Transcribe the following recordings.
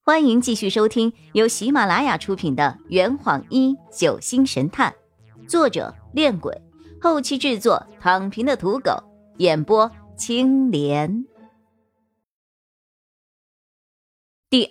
欢迎继续收听由喜马拉雅出品的《圆谎一九星神探》，作者恋鬼，后期制作躺平的土狗，演播青莲。第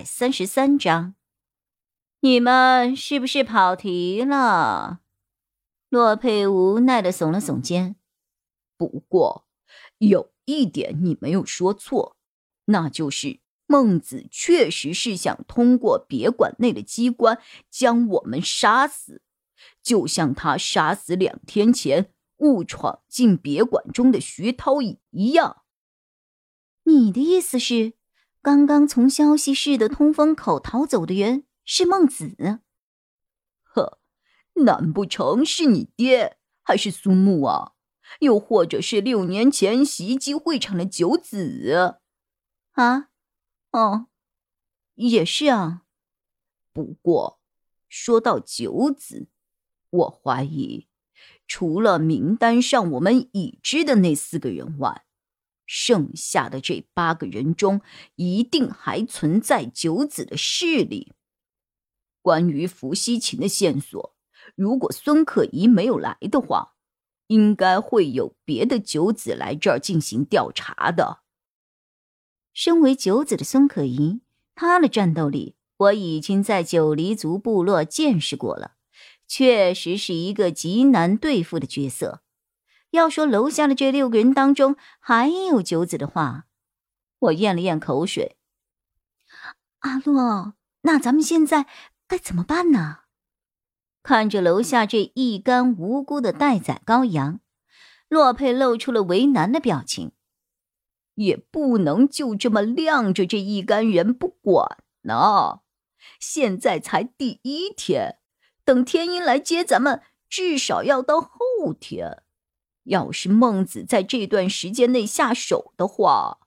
233章，你们是不是跑题了？洛佩无奈地耸了耸肩。 不过有一点你没有说错，那就是孟子确实是想通过别馆内的机关将我们杀死，就像他杀死2天前误闯进别馆中的徐涛一样。 你的意思是，刚刚从消息室的通风口逃走的人是孟子？ 呵，难不成是你爹还是苏木啊？又或者是6年前袭击会场的九子？ 啊？哦，也是啊。 不过说到九子，我怀疑除了名单上我们已知的那4个人外，剩下的这8个人中一定还存在九子的势力。关于伏羲琴的线索，如果孙可怡没有来的话，应该会有别的九子来这儿进行调查的。 身为九子的孙可怡，他的战斗力我已经在九黎族部落见识过了，确实是一个极难对付的角色。要说楼下的这6个人当中还有九子的话，我咽了咽口水。阿洛，那咱们现在该怎么办呢？看着楼下这一干无辜的待宰羔羊，洛佩露出了为难的表情。 也不能就这么晾着这一干人不管呢。现在才第1天，等天鹰来接咱们，至少要到后天。要是孟子在这段时间内下手的话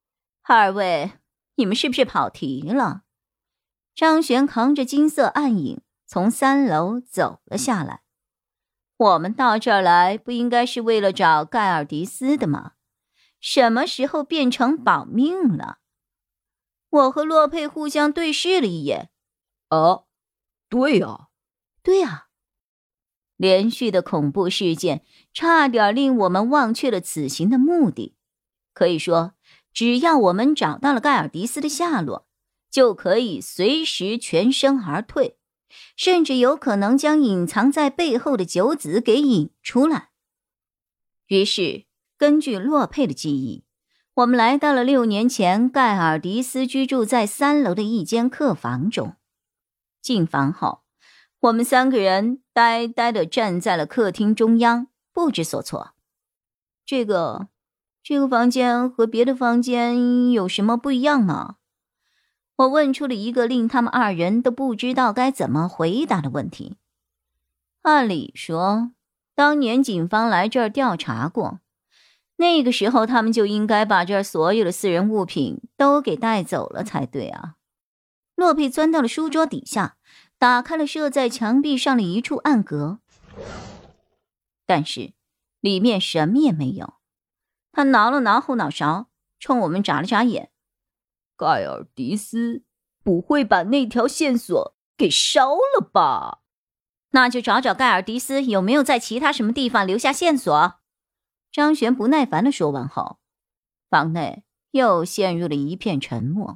，2位，你们是不是跑题了？张璇扛着金色暗影从3楼走了下来。我们到这儿来，不应该是为了找盖尔迪斯的吗？什么时候变成保命了？我和洛佩互相对视了一眼。 对啊。 对啊。连续的恐怖事件差点令我们忘却了此行的目的。可以说，只要我们找到了盖尔迪斯的下落，就可以随时全身而退，甚至有可能将隐藏在背后的九子给引出来。于是根据洛佩的记忆，我们来到了6年前盖尔迪斯居住在3楼的一间客房中。进房后，我们3个人呆呆地站在了客厅中央，不知所措。这个房间和别的房间有什么不一样吗？我问出了一个令他们2人都不知道该怎么回答的问题。按理说，当年警方来这儿调查过，那个时候他们就应该把这儿所有的私人物品都给带走了才对啊。洛佩钻到了书桌底下，打开了设在墙壁上的一处暗格，但是里面什么也没有。他挠了挠后脑勺，冲我们眨了眨眼。 盖尔迪斯不会把那条线索给烧了吧？ 那就找找盖尔迪斯有没有在其他什么地方留下线索。张璇不耐烦地说完后，房内又陷入了一片沉默。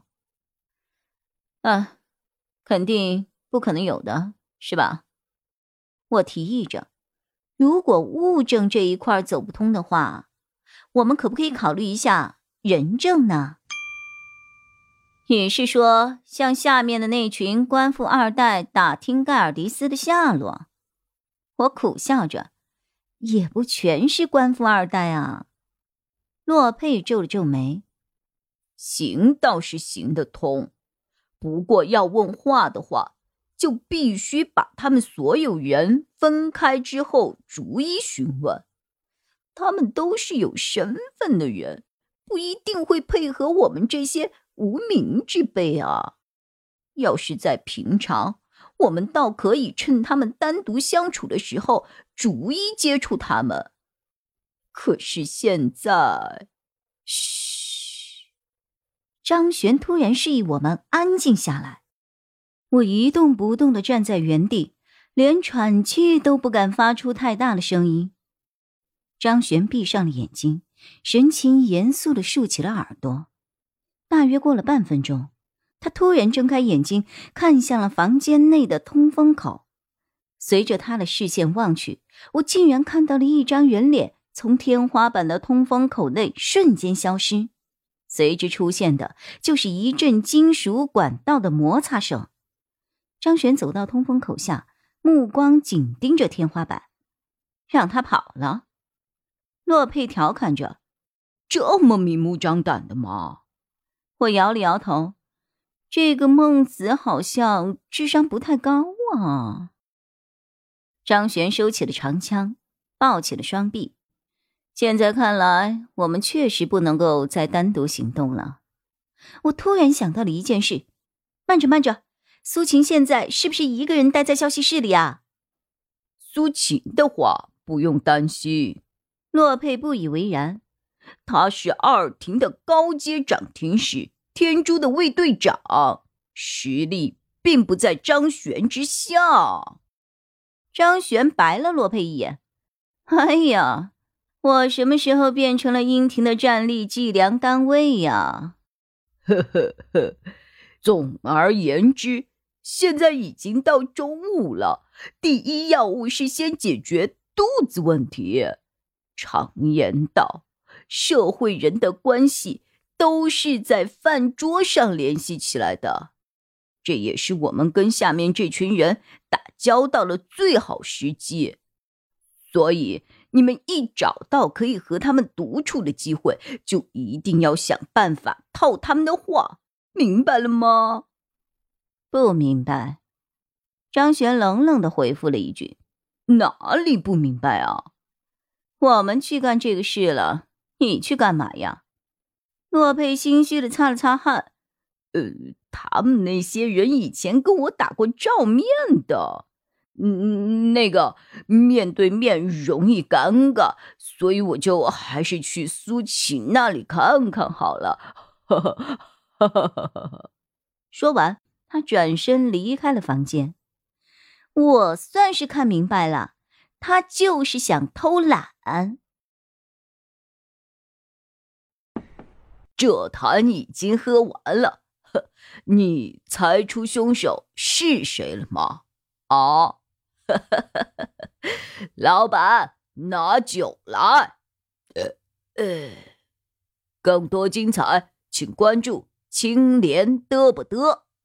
肯定不可能有的，是吧？我提议着，如果物证这一块走不通的话，我们可不可以考虑一下人证呢？你是说向下面的那群官富2代打听盖尔迪斯的下落？我苦笑着，也不全是官富2代啊。洛佩皱了皱眉。 行倒是行得通，不过要问话的话，就必须把他们所有人分开之后逐一询问。他们都是有身份的人，不一定会配合我们这些无名之辈啊。要是在平常，我们倒可以趁他们单独相处的时候逐一接触他们。可是现在，嘘！ 张璇突然示意我们安静下来。我一动不动地站在原地，连喘气都不敢发出太大的声音。张璇闭上了眼睛，神情严肃地竖起了耳朵。大约过了半分钟，他突然睁开眼睛，看向了房间内的通风口。随着他的视线望去，我竟然看到了一张人脸从天花板的通风口内瞬间消失，随之出现的就是一阵金属管道的摩擦声。张璇走到通风口下，目光紧盯着天花板。让他跑了？洛佩调侃着。 这么明目张胆的吗？ 我摇了摇头，这个孟子好像智商不太高啊。张璇收起了长枪，抱起了双臂。现在看来，我们确实不能够再单独行动了。我突然想到了一件事。慢着慢着，苏晴现在是不是一个人待在消息室里啊？ 苏晴的话不用担心。 洛佩不以为然。 他是二庭的高阶掌庭使，天珠的卫队长，实力并不在张璇之下。 张璇白了洛佩一眼。哎呀，我什么时候变成了殷庭的战力计量单位呀？ 呵呵呵。总而言之，现在已经到中午了，第一要务是先解决肚子问题。常言道，社会人的关系都是在饭桌上联系起来的，这也是我们跟下面这群人打交道的最好时机。所以你们一找到可以和他们独处的机会，就一定要想办法套他们的话，明白了吗？ 不明白。张璇冷冷地回复了一句。 哪里不明白啊？ 我们去干这个事了，你去干嘛呀？洛佩心虚地擦了擦汗。 他们那些人以前跟我打过照面的，那个面对面容易尴尬，所以我就还是去苏晴那里看看好了。 说完，他转身离开了房间。我算是看明白了，他就是想偷懒。 这坛已经喝完了，你猜出凶手是谁了吗？啊，老板，拿酒来。更多精彩，请关注青莲嘚不嘚。